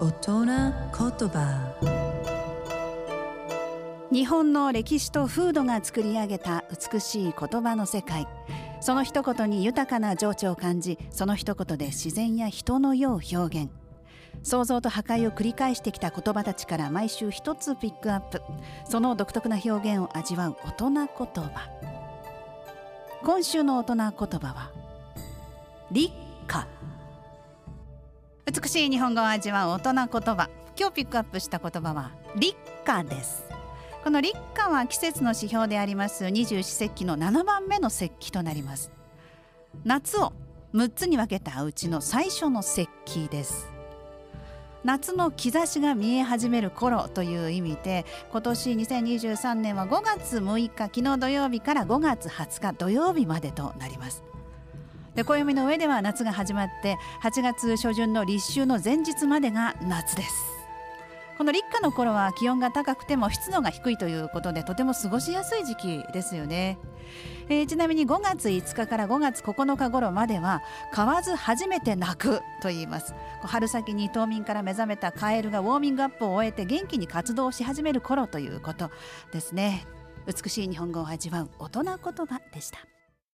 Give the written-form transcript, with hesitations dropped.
大人言葉。 日本の歴史と風土が作り上げた美しい言葉の世界。その一言に豊かな情緒を感じ、その一言で自然や人の世を表現。創造と破壊を繰り返してきた言葉たちから毎週一つピックアップ。その独特な表現を味わう大人言葉。今週の大人言葉は立夏。美しい日本語を味わう大人言葉。今日ピックアップした言葉は立夏です。この立夏は季節の指標であります二十四節気の7番目の節気となります。夏を6つに分けたうちの最初の節気です。夏の兆しが見え始める頃という意味で、今年2023年は5月6日昨日土曜日から5月20日土曜日までとなります。で、暦の上では夏が始まって8月初旬の立秋の前日までが夏です。この立夏の頃は気温が高くても湿度が低いということで、とても過ごしやすい時期ですよね。ちなみに5月5日から5月9日頃までは蛙初めて鳴くと言います。春先に冬眠から目覚めたカエルがウォーミングアップを終えて元気に活動し始める頃ということですね。美しい日本語を味わう大人言葉でした。